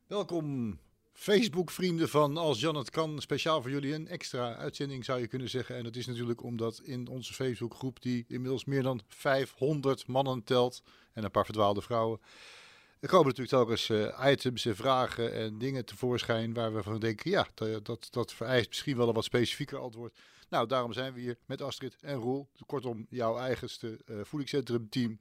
Welkom Facebook-vrienden van Als Jan het kan. Speciaal voor jullie een extra uitzending zou je kunnen zeggen. En dat is natuurlijk omdat in onze Facebookgroep die inmiddels meer dan 500 mannen telt en een paar verdwaalde vrouwen. Er komen natuurlijk telkens items en vragen en dingen tevoorschijn waar we van denken, ja, dat vereist misschien wel een wat specifieker antwoord. Nou, daarom zijn we hier met Astrid en Roel. Kortom, jouw eigenste voedingscentrum team.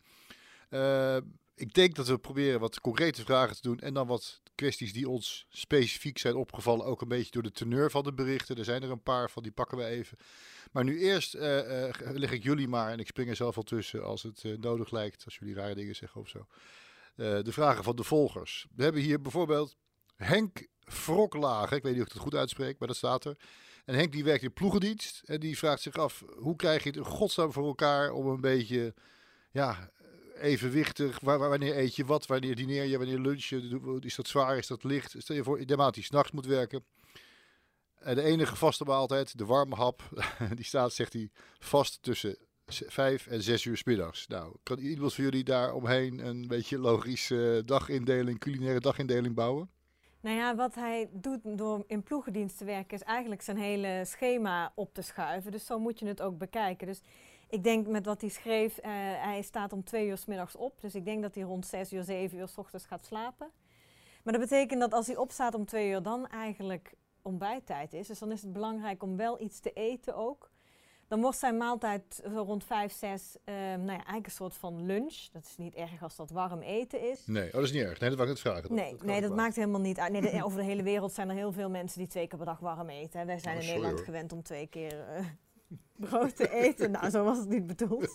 Ik denk dat we proberen wat concrete vragen te doen en dan wat kwesties die ons specifiek zijn opgevallen, ook een beetje door de teneur van de berichten. Er zijn er een paar van, die pakken we even. Maar nu eerst leg ik jullie maar, en ik spring er zelf al tussen als het nodig lijkt, als jullie rare dingen zeggen of zo. De vragen van de volgers. We hebben hier bijvoorbeeld Henk Wroklage, ik weet niet of ik het goed uitspreek, maar dat staat er. En Henk die werkt in ploegendienst en die vraagt zich af, hoe krijg je het in godsnaam voor elkaar om een beetje, ja, evenwichtig, wanneer eet je wat, wanneer dineer je, wanneer lunch je, is dat zwaar, is dat licht? Stel je voor, naarmate hij 's nachts moet werken. En de enige vaste maaltijd, de warme hap, die staat, zegt hij, vast tussen 5 en 6 uur 's middags. Nou, kan iemand van jullie daar omheen een beetje logische dagindeling, culinaire dagindeling bouwen? Nou ja, wat hij doet door in ploegendienst te werken is eigenlijk zijn hele schema op te schuiven. Dus zo moet je het ook bekijken. Dus ik denk met wat hij schreef, hij staat om 2 uur 's middags op. Dus ik denk dat hij rond 6 uur, 7 uur 's ochtends gaat slapen. Maar dat betekent dat als hij opstaat om 2 uur, dan eigenlijk ontbijttijd is. Dus dan is het belangrijk om wel iets te eten ook. Dan wordt zijn maaltijd zo rond 5, 6, eigenlijk een soort van lunch. Dat is niet erg als dat warm eten is. Nee, dat is niet erg. Nee, dat wou ik net vragen. Nee, dat maakt helemaal niet uit. Nee, over de hele wereld zijn er heel veel mensen die 2 keer per dag warm eten. Wij zijn in Nederland gewend om 2 keer brood te eten. Nou, zo was het niet bedoeld.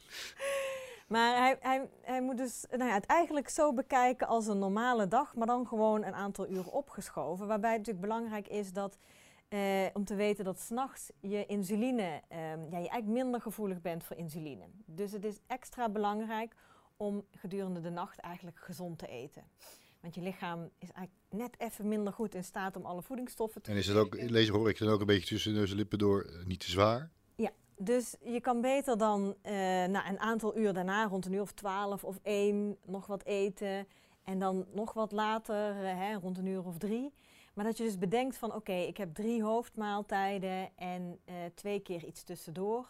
Maar hij moet dus het eigenlijk zo bekijken als een normale dag, maar dan gewoon een aantal uren opgeschoven. Waarbij het natuurlijk belangrijk is dat, om te weten dat 's nachts je insuline, je eigenlijk minder gevoelig bent voor insuline. Dus het is extra belangrijk om gedurende de nacht eigenlijk gezond te eten. Want je lichaam is eigenlijk net even minder goed in staat om alle voedingsstoffen te En is het ook, hoor ik dan ook een beetje tussen neus en lippen door, niet te zwaar? Ja, dus je kan beter dan een aantal uur daarna, rond een uur of 12 of 1, nog wat eten. En dan nog wat later, rond een uur of 3. Maar dat je dus bedenkt van oké, ik heb 3 hoofdmaaltijden en 2 keer iets tussendoor.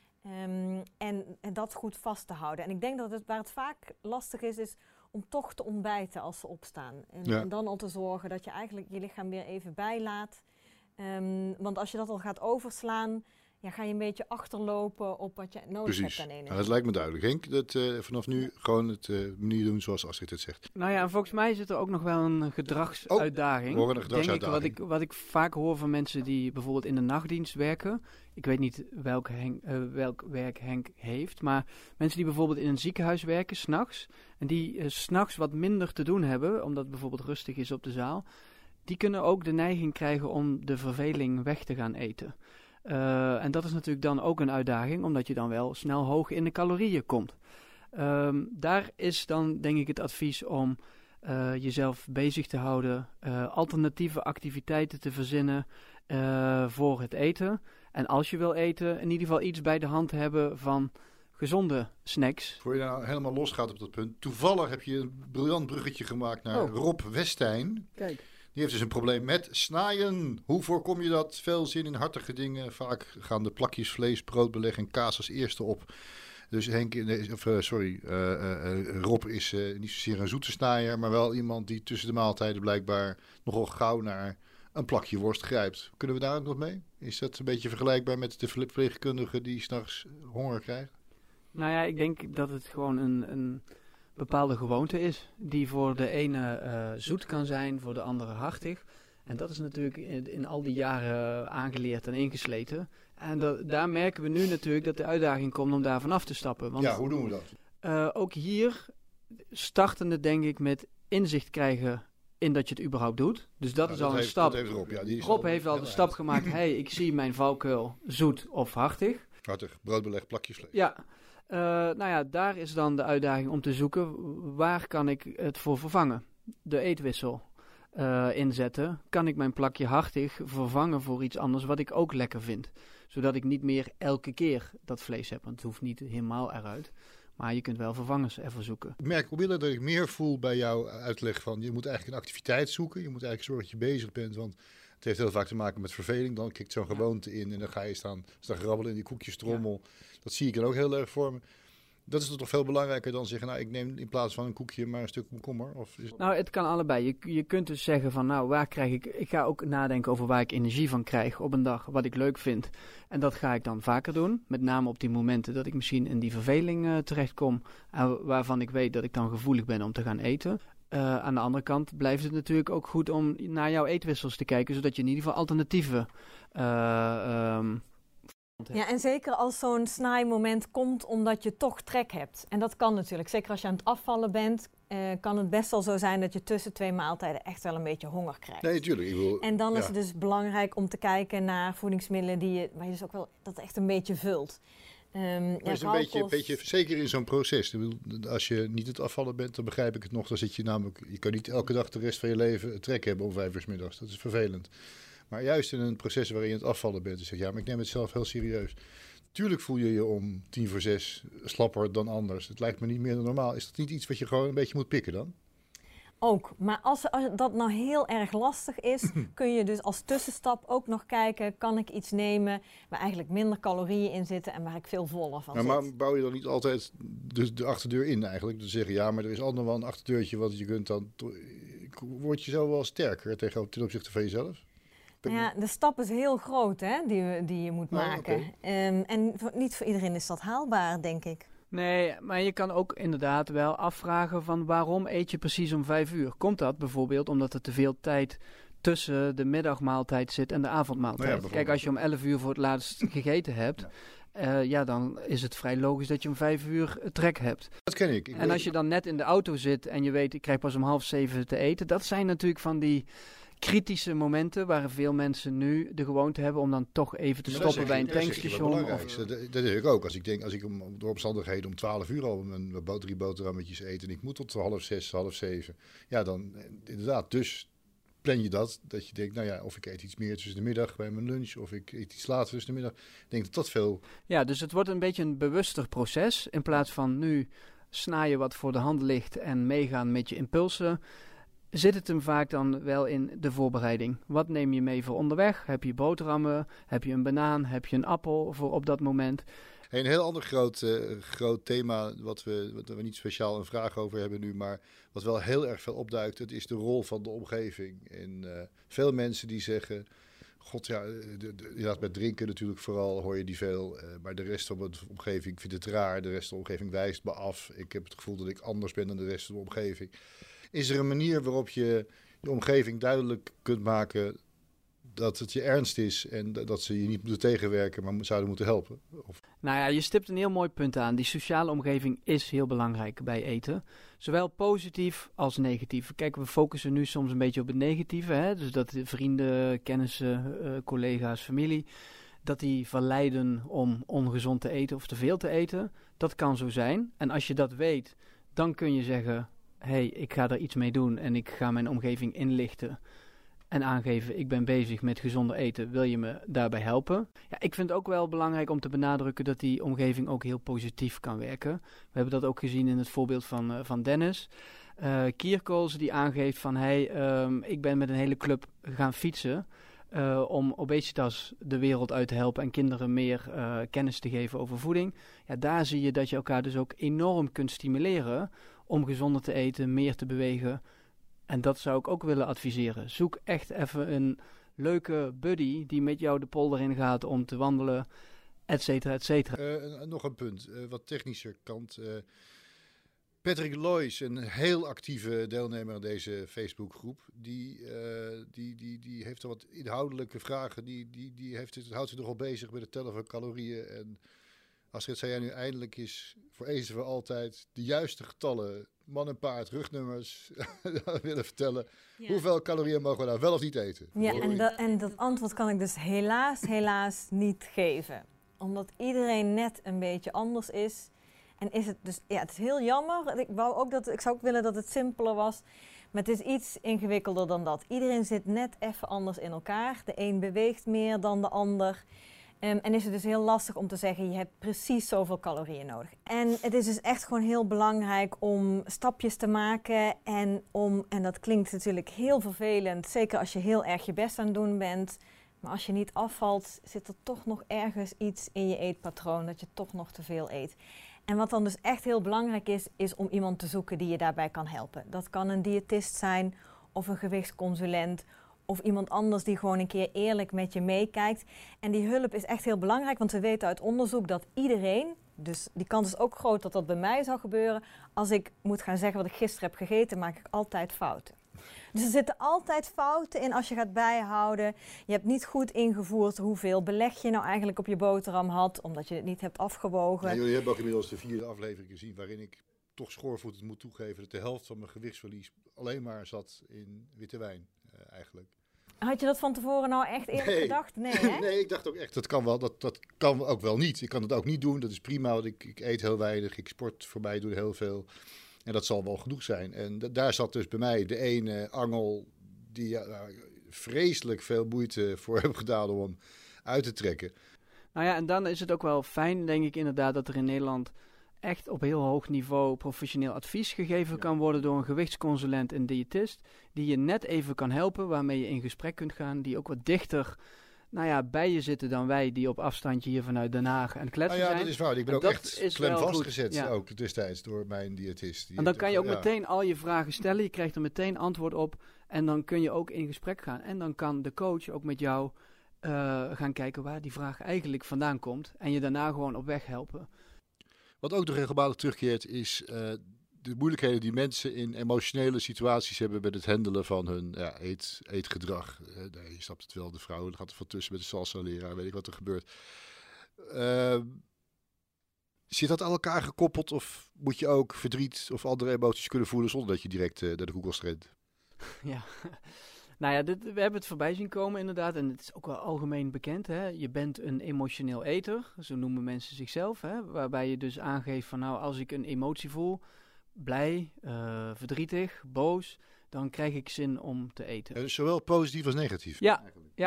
En dat goed vast te houden. En ik denk dat waar het vaak lastig is om toch te ontbijten als ze opstaan. En dan al te zorgen dat je eigenlijk je lichaam weer even bijlaat. Want als je dat al gaat overslaan, ga je een beetje achterlopen op wat je nodig hebt aan energie. Nou, dat lijkt me duidelijk. Henk, dat vanaf nu gewoon het manier doen zoals Astrid het zegt. Nou ja, volgens mij zit er ook nog wel een gedragsuitdaging. Een gedragsuitdaging. Wat ik vaak hoor van mensen die bijvoorbeeld in de nachtdienst werken. Ik weet niet welk werk Henk heeft. Maar mensen die bijvoorbeeld in een ziekenhuis werken, 's nachts. En die 's nachts wat minder te doen hebben, omdat het bijvoorbeeld rustig is op de zaal. Die kunnen ook de neiging krijgen om de verveling weg te gaan eten. En dat is natuurlijk dan ook een uitdaging, omdat je dan wel snel hoog in de calorieën komt. Daar is dan denk ik het advies om jezelf bezig te houden, alternatieve activiteiten te verzinnen voor het eten. En als je wil eten, in ieder geval iets bij de hand hebben van gezonde snacks. Voor je nou helemaal losgaat op dat punt. Toevallig heb je een briljant bruggetje gemaakt naar Rob Westijn. Kijk. Die heeft dus een probleem met snaaien. Hoe voorkom je dat? Veel zin in hartige dingen. Vaak gaan de plakjes vlees, broodbeleg en kaas als eerste op. Dus Rob is niet zozeer een zoete snaaier, maar wel iemand die tussen de maaltijden blijkbaar nogal gauw naar een plakje worst grijpt. Kunnen we daar ook nog mee? Is dat een beetje vergelijkbaar met de verpleegkundige die 's nachts honger krijgt? Nou ja, ik denk dat het gewoon een bepaalde gewoonte is, die voor de ene zoet kan zijn, voor de andere hartig. En dat is natuurlijk in al die jaren aangeleerd en ingesleten. En daar merken we nu natuurlijk dat de uitdaging komt om daar vanaf te stappen. Want, hoe doen we dat? Ook hier startende denk ik met inzicht krijgen in dat je het überhaupt doet. Dus dat is al een stap. Rob heeft al de stap gemaakt, ik zie mijn valkuil zoet of hartig. Hartig, broodbeleg, plakjes vlees. Ja. Daar is dan de uitdaging om te zoeken, waar kan ik het voor vervangen? De eetwissel inzetten. Kan ik mijn plakje hartig vervangen voor iets anders wat ik ook lekker vind? Zodat ik niet meer elke keer dat vlees heb, want het hoeft niet helemaal eruit. Maar je kunt wel vervangers ervoor zoeken. Ik merk onmiddellijk dat ik meer voel bij jouw uitleg van je moet eigenlijk een activiteit zoeken. Je moet eigenlijk zorgen dat je bezig bent, want het heeft heel vaak te maken met verveling. Dan kikt zo'n gewoonte in en dan ga je staan grabbelen in die koekjestrommel. Ja. Dat zie ik dan ook heel erg voor me. Dat is toch veel belangrijker dan zeggen, nou, ik neem in plaats van een koekje maar een stuk komkommer? Of is het... Nou, het kan allebei. Je kunt dus zeggen van, nou, waar krijg ik ga ook nadenken over waar ik energie van krijg op een dag, wat ik leuk vind. En dat ga ik dan vaker doen. Met name op die momenten dat ik misschien in die verveling terechtkom, waarvan ik weet dat ik dan gevoelig ben om te gaan eten. Aan de andere kant blijft het natuurlijk ook goed om naar jouw eetwissels te kijken, zodat je in ieder geval alternatieven ja, en zeker als zo'n snijmoment komt omdat je toch trek hebt. En dat kan natuurlijk. Zeker als je aan het afvallen bent, kan het best wel zo zijn dat je tussen 2 maaltijden echt wel een beetje honger krijgt. Nee, tuurlijk. En dan is het dus belangrijk om te kijken naar voedingsmiddelen waar je dus ook wel dat echt een beetje vult. Maar is een beetje, zeker in zo'n proces. Als je niet het afvallen bent, dan begrijp ik het nog. Dan zit je namelijk, je kan niet elke dag de rest van je leven trek hebben om 5 uur 's middags. Dat is vervelend. Maar juist in een proces waarin je het afvallen bent, dan zeg je, ja, maar ik neem het zelf heel serieus. Tuurlijk voel je je om 5:45 slapper dan anders. Het lijkt me niet meer dan normaal. Is dat niet iets wat je gewoon een beetje moet pikken dan? Ook, maar als dat nou heel erg lastig is, kun je dus als tussenstap ook nog kijken, kan ik iets nemen waar eigenlijk minder calorieën in zitten en waar ik veel voller van zit. Maar bouw je dan niet altijd de achterdeur in eigenlijk? Dan zeggen, ja, maar er is altijd wel een achterdeurtje, want je kunt dan... Word je zo wel sterker ten opzichte van jezelf? Ja, de stap is heel groot, hè, die je moet maken. Okay. En niet voor iedereen is dat haalbaar, denk ik. Nee, maar je kan ook inderdaad wel afvragen van waarom eet je precies om 5 uur? Komt dat bijvoorbeeld omdat er te veel tijd tussen de middagmaaltijd zit en de avondmaaltijd? Kijk, als je om 11 uur voor het laatst gegeten hebt, dan is het vrij logisch dat je om 5 uur trek hebt. Dat ken ik. En als je dan net in de auto zit en je weet, ik krijg pas om 6:30 te eten, dat zijn natuurlijk van die kritische momenten waar veel mensen nu de gewoonte hebben om dan toch even te stoppen bij een tankstation. Dat is ik ook. Als ik door omstandigheden om 12 uur al mijn 3 boterhammetjes eet en ik moet tot 6:30, 6:30. Ja, dan inderdaad. Dus plan je dat je denkt, nou ja, of ik eet iets meer tussen de middag bij mijn lunch, of ik eet iets later tussen de middag. Ik denk dat veel... Ja, dus het wordt een beetje een bewuster proces. In plaats van nu snijden wat voor de hand ligt en meegaan met je impulsen, zit het hem vaak dan wel in de voorbereiding. Wat neem je mee voor onderweg? Heb je boterhammen? Heb je een banaan? Heb je een appel voor op dat moment? Een heel ander groot thema, wat we niet speciaal een vraag over hebben nu, maar wat wel heel erg veel opduikt, het is de rol van de omgeving. En veel mensen die zeggen, god ja, inderdaad met drinken natuurlijk vooral hoor je die veel, maar de rest van de omgeving vindt het raar, de rest van de omgeving wijst me af. Ik heb het gevoel dat ik anders ben dan de rest van de omgeving. Is er een manier waarop je je omgeving duidelijk kunt maken dat het je ernst is en dat ze je niet moeten tegenwerken, maar zouden moeten helpen? Nou ja, je stipt een heel mooi punt aan. Die sociale omgeving is heel belangrijk bij eten. Zowel positief als negatief. Kijk, we focussen nu soms een beetje op het negatieve. Hè? Dus dat vrienden, kennissen, collega's, familie, dat die verleiden om ongezond te eten of te veel te eten. Dat kan zo zijn. En als je dat weet, dan kun je zeggen, hey, ik ga er iets mee doen en ik ga mijn omgeving inlichten en aangeven, ik ben bezig met gezonder eten, wil je me daarbij helpen? Ja, ik vind het ook wel belangrijk om te benadrukken dat die omgeving ook heel positief kan werken. We hebben dat ook gezien in het voorbeeld van Dennis. Kierkols die aangeeft van, hey, ik ben met een hele club gaan fietsen om obesitas de wereld uit te helpen en kinderen meer kennis te geven over voeding. Ja, daar zie je dat je elkaar dus ook enorm kunt stimuleren om gezonder te eten, meer te bewegen. En dat zou ik ook willen adviseren. Zoek echt even een leuke buddy die met jou de polder in gaat om te wandelen, et cetera, et cetera. Nog een punt, wat technischer kant. Patrick Loijs, een heel actieve deelnemer aan deze Facebookgroep, die heeft er wat inhoudelijke vragen. Houdt zich nogal bezig met het tellen van calorieën. En Astrid, zou jij nu eindelijk eens voor eens en voor altijd de juiste getallen, man en paard, rugnummers willen vertellen? Ja. Hoeveel calorieën mogen we nou wel of niet eten? Ja, en dat antwoord kan ik dus helaas niet geven. Omdat iedereen net een beetje anders is. En is het dus, ja, het is heel jammer. Ik zou ook willen dat het simpeler was. Maar het is iets ingewikkelder dan dat. Iedereen zit net even anders in elkaar. De een beweegt meer dan de ander. En is het dus heel lastig om te zeggen, je hebt precies zoveel calorieën nodig. En het is dus echt gewoon heel belangrijk om stapjes te maken. En dat klinkt natuurlijk heel vervelend, zeker als je heel erg je best aan het doen bent. Maar als je niet afvalt, zit er toch nog ergens iets in je eetpatroon, dat je toch nog te veel eet. En wat dan dus echt heel belangrijk is om iemand te zoeken die je daarbij kan helpen. Dat kan een diëtist zijn of een gewichtsconsulent of iemand anders die gewoon een keer eerlijk met je meekijkt. En die hulp is echt heel belangrijk, want we weten uit onderzoek dat iedereen, dus die kans is ook groot dat dat bij mij zou gebeuren. Als ik moet gaan zeggen wat ik gisteren heb gegeten, maak ik altijd fouten. Dus er zitten altijd fouten in als je gaat bijhouden. Je hebt niet goed ingevoerd hoeveel beleg je nou eigenlijk op je boterham had, omdat je het niet hebt afgewogen. Ja, jullie hebben ook inmiddels de 4e aflevering gezien waarin ik toch schoorvoetend moet toegeven dat de helft van mijn gewichtsverlies alleen maar zat in witte wijn eigenlijk. Had je dat van tevoren nou echt eerlijk gedacht? Nee, hè? Nee, ik dacht ook echt, dat kan ook wel niet. Ik kan het ook niet doen, dat is prima, want ik eet heel weinig, ik sport voorbij, doe heel veel. En dat zal wel genoeg zijn. En daar zat dus bij mij de ene angel die vreselijk veel moeite voor heb gedaan om hem uit te trekken. Nou ja, en dan is het ook wel fijn, denk ik inderdaad, dat er in Nederland echt op heel hoog niveau professioneel advies gegeven kan worden door een gewichtsconsulent en diëtist, die je net even kan helpen, waarmee je in gesprek kunt gaan, die ook wat dichter bij je zitten dan wij, die op afstandje hier vanuit Den Haag en kletsen zijn. Ja, dat is waar. Ik ben ook echt klem vastgezet, ook destijds door mijn diëtist. En dan kan je ook meteen al je vragen stellen, je krijgt er meteen antwoord op en dan kun je ook in gesprek gaan. En dan kan de coach ook met jou gaan kijken waar die vraag eigenlijk vandaan komt en je daarna gewoon op weg helpen. Wat ook nog regelmatig terugkeert is de moeilijkheden die mensen in emotionele situaties hebben met het handelen van hun eetgedrag. Je snapt het wel, de vrouw gaat er van tussen met de salsa-leraar, weet ik wat er gebeurt. Zit dat aan elkaar gekoppeld of moet je ook verdriet of andere emoties kunnen voelen zonder dat je direct naar de Google rent? Ja, nou ja, we hebben het voorbij zien komen inderdaad en het is ook wel algemeen bekend. Hè? Je bent een emotioneel eter, zo noemen mensen zichzelf. Hè? Waarbij je dus aangeeft van als ik een emotie voel, blij, verdrietig, boos, dan krijg ik zin om te eten. Dus zowel positief als negatief? Ja.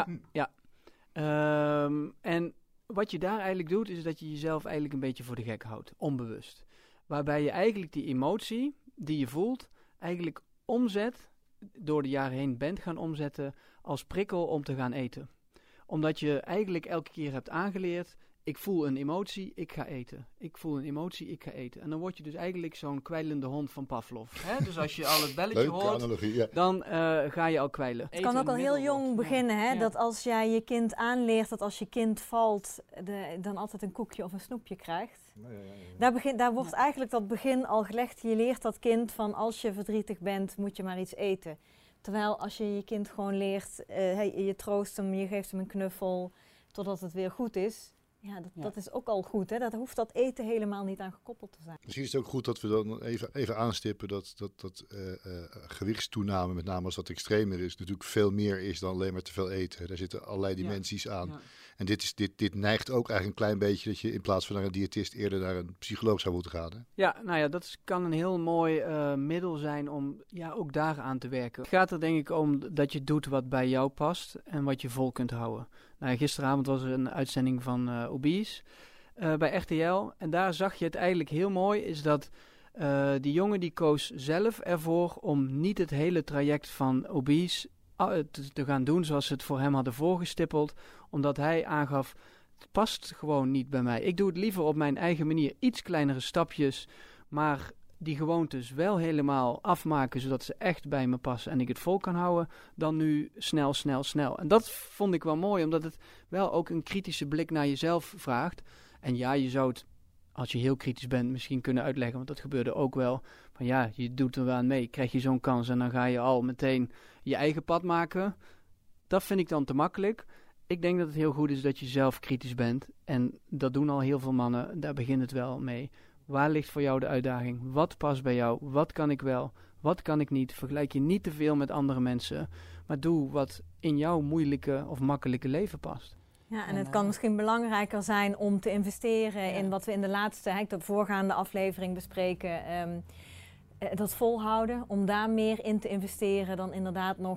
En wat je daar eigenlijk doet, is dat je jezelf eigenlijk een beetje voor de gek houdt, onbewust. Waarbij je eigenlijk die emotie die je voelt, eigenlijk omzet, door de jaren heen bent gaan omzetten als prikkel om te gaan eten. Omdat je eigenlijk elke keer hebt aangeleerd, ik voel een emotie, ik ga eten. Ik voel een emotie, ik ga eten. En dan word je dus eigenlijk zo'n kwijlende hond van Pavlov. Hè? Dus als je al het belletje hoort, analogie, dan ga je al kwijlen. Het kan ook al heel jong beginnen, hè? Ja. Dat als jij je kind aanleert dat als je kind valt, dan altijd een koekje of een snoepje krijgt. Ja. Daar wordt eigenlijk dat begin al gelegd. Je leert dat kind van als je verdrietig bent, moet je maar iets eten. Terwijl als je je kind gewoon leert, je troost hem, je geeft hem een knuffel, totdat het weer goed is. Ja, dat is ook al goed. Hè? Daar hoeft dat eten helemaal niet aan gekoppeld te zijn. Misschien is het ook goed dat we dan even aanstippen dat gewichtstoename, met name als dat extremer is, natuurlijk veel meer is dan alleen maar te veel eten. Daar zitten allerlei dimensies aan. Ja. En dit neigt ook eigenlijk een klein beetje dat je in plaats van naar een diëtist eerder naar een psycholoog zou moeten gaan. Hè? Ja, nou ja, dat kan een heel mooi middel zijn om ook daar aan te werken. Het gaat er denk ik om dat je doet wat bij jou past en wat je vol kunt houden. Nou, gisteravond was er een uitzending van Obese bij RTL. En daar zag je het eigenlijk heel mooi, is dat die jongen die koos zelf ervoor om niet het hele traject van Obese te gaan doen zoals ze het voor hem hadden voorgestippeld. Omdat hij aangaf, het past gewoon niet bij mij. Ik doe het liever op mijn eigen manier, iets kleinere stapjes, maar die gewoontes wel helemaal afmaken, zodat ze echt bij me passen en ik het vol kan houden, dan nu snel. En dat vond ik wel mooi, omdat het wel ook een kritische blik naar jezelf vraagt. En ja, je zou het, als je heel kritisch bent, misschien kunnen uitleggen, want dat gebeurde ook wel. Van ja, je doet er wel aan mee, krijg je zo'n kans en dan ga je al meteen je eigen pad maken. Dat vind ik dan te makkelijk. Ik denk dat het heel goed is dat je zelf kritisch bent. En dat doen al heel veel mannen, daar begint het wel mee. Waar ligt voor jou de uitdaging? Wat past bij jou? Wat kan ik wel? Wat kan ik niet? Vergelijk je niet te veel met andere mensen. Maar doe wat in jouw moeilijke of makkelijke leven past. Ja, en het kan misschien belangrijker zijn om te investeren in wat we in de voorgaande aflevering bespreken. Dat volhouden, om daar meer in te investeren dan inderdaad nog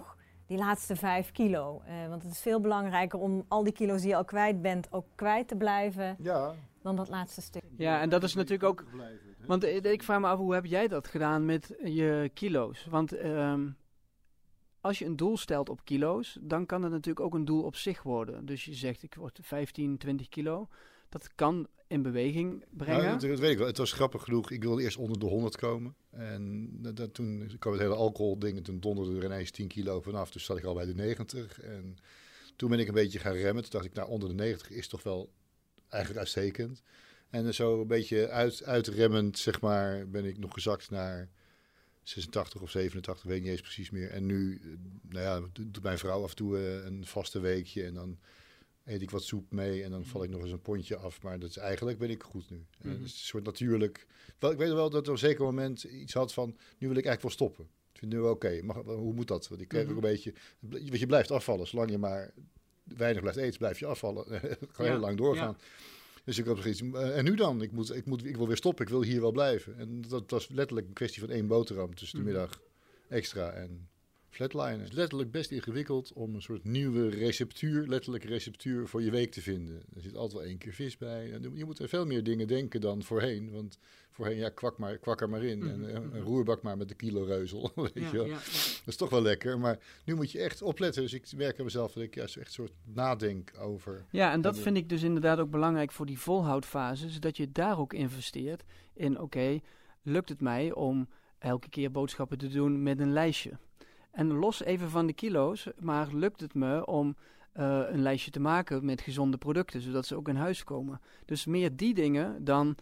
die laatste 5 kilo. Want het is veel belangrijker om al die kilo's die je al kwijt bent ook kwijt te blijven dan dat laatste stuk. Ja, en dat is natuurlijk ook... Want ik vraag me af, hoe heb jij dat gedaan met je kilo's? Want als je een doel stelt op kilo's, dan kan het natuurlijk ook een doel op zich worden. Dus je zegt, ik word 15, 20 kilo. Dat kan in beweging brengen. Ja, dat weet ik wel. Het was grappig genoeg. Ik wilde eerst onder de 100 komen. En toen kwam het hele alcohol-ding. En toen donderde er ineens 10 kilo vanaf. Dus zat ik al bij de 90. En toen ben ik een beetje gaan remmen. Toen dacht ik, nou, onder de 90 is toch wel eigenlijk uitstekend. En zo een beetje uitremmend, zeg maar, ben ik nog gezakt naar 86 of 87, weet ik niet eens precies meer. En nu, doet mijn vrouw af en toe een vaste weekje. En dan eet ik wat soep mee en dan val ik nog eens een pondje af. Maar dat is, eigenlijk ben ik goed nu. Het is een soort natuurlijk... Wel, ik weet wel dat er op een zeker moment iets had van... nu wil ik eigenlijk wel stoppen. Ik vind het nu oké. Hoe moet dat? Want ik kreeg ook een beetje... Want je blijft afvallen. Zolang je maar weinig blijft eten, blijf je afvallen. Het kan heel lang doorgaan. Ja. Dus ik had zoiets... en nu dan? Ik wil weer stoppen. Ik wil hier wel blijven. En dat was letterlijk een kwestie van 1 boterham tussen de middag extra en... flatlinen. Het is letterlijk best ingewikkeld om een soort nieuwe letterlijke receptuur voor je week te vinden. Er zit altijd wel 1 keer vis bij. En je moet er veel meer dingen denken dan voorheen. Want voorheen, kwak er maar in. En een roerbak maar met de kiloreuzel. Weet je wel. Ja. Dat is toch wel lekker. Maar nu moet je echt opletten. Dus ik merk aan mezelf dat ik juist echt een soort nadenk over... Ja, en dat vind ik dus inderdaad ook belangrijk voor die volhoudfase. Zodat je daar ook investeert in, oké, lukt het mij om elke keer boodschappen te doen met een lijstje? En los even van de kilo's, maar lukt het me om een lijstje te maken met gezonde producten, zodat ze ook in huis komen. Dus meer die dingen dan,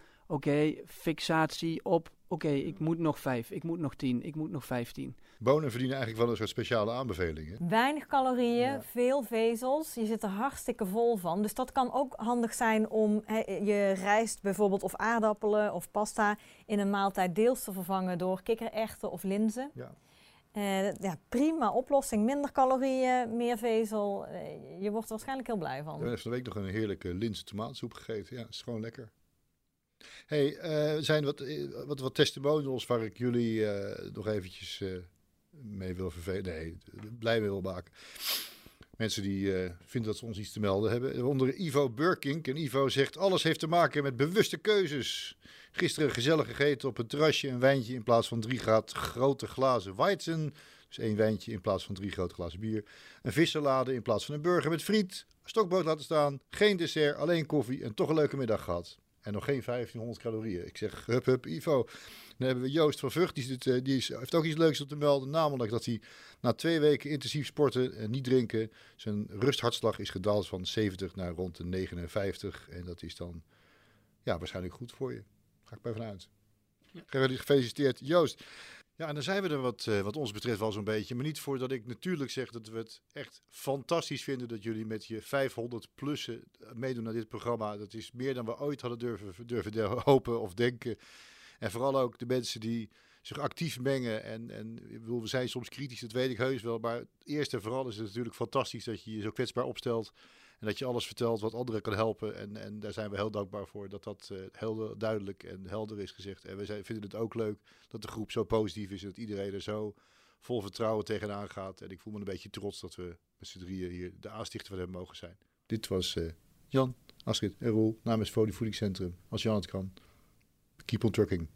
fixatie op, ik moet nog 5, ik moet nog 10, ik moet nog 15. Bonen verdienen eigenlijk wel een soort speciale aanbevelingen. Weinig calorieën, veel vezels. Je zit er hartstikke vol van. Dus dat kan ook handig zijn om je rijst bijvoorbeeld of aardappelen of pasta in een maaltijd deels te vervangen door kikkererwten of linzen. Ja. Prima oplossing. Minder calorieën, meer vezel. Je wordt er waarschijnlijk heel blij van. Ik heb van de week nog een heerlijke linzen tomatensoep gegeten. Ja, is gewoon lekker. Hey, er zijn wat testimonials waar ik jullie nog eventjes mee wil vervelen. Nee, blij mee wil maken. Mensen die vinden dat ze ons iets te melden hebben. Onder Ivo Burkink. En Ivo zegt, alles heeft te maken met bewuste keuzes. Gisteren gezellig gegeten op een terrasje. Een wijntje in plaats van 3 grote glazen Weizen. Dus 1 wijntje in plaats van 3 grote glazen bier. Een vissalade in plaats van een burger met friet. Stokbrood laten staan. Geen dessert, alleen koffie. En toch een leuke middag gehad. En nog geen 1500 calorieën. Ik zeg, hup, Ivo. Dan hebben we Joost van Vught. Heeft ook iets leuks op te melden. Namelijk dat hij na 2 weken intensief sporten en niet drinken... zijn rusthartslag is gedaald van 70 naar rond de 59. En dat is dan waarschijnlijk goed voor je. Ga ik bij vanuit. Ja. Gefeliciteerd, Joost. Ja, en dan zijn we er wat ons betreft wel zo'n beetje. Maar niet voordat ik natuurlijk zeg dat we het echt fantastisch vinden... dat jullie met je 500-plussen meedoen naar dit programma. Dat is meer dan we ooit hadden durven hopen of denken. En vooral ook de mensen die zich actief mengen. En we zijn soms kritisch, dat weet ik heus wel. Maar eerst en vooral is het natuurlijk fantastisch dat je je zo kwetsbaar opstelt... En dat je alles vertelt wat anderen kan helpen. En daar zijn we heel dankbaar voor dat heel duidelijk en helder is gezegd. En we vinden het ook leuk dat de groep zo positief is. En dat iedereen er zo vol vertrouwen tegenaan gaat. En ik voel me een beetje trots dat we met z'n drieën hier de aanstichter van hebben mogen zijn. Dit was Jan, Astrid en Roel namens Voedingscentrum. Als Jan het kan. Keep on trucking.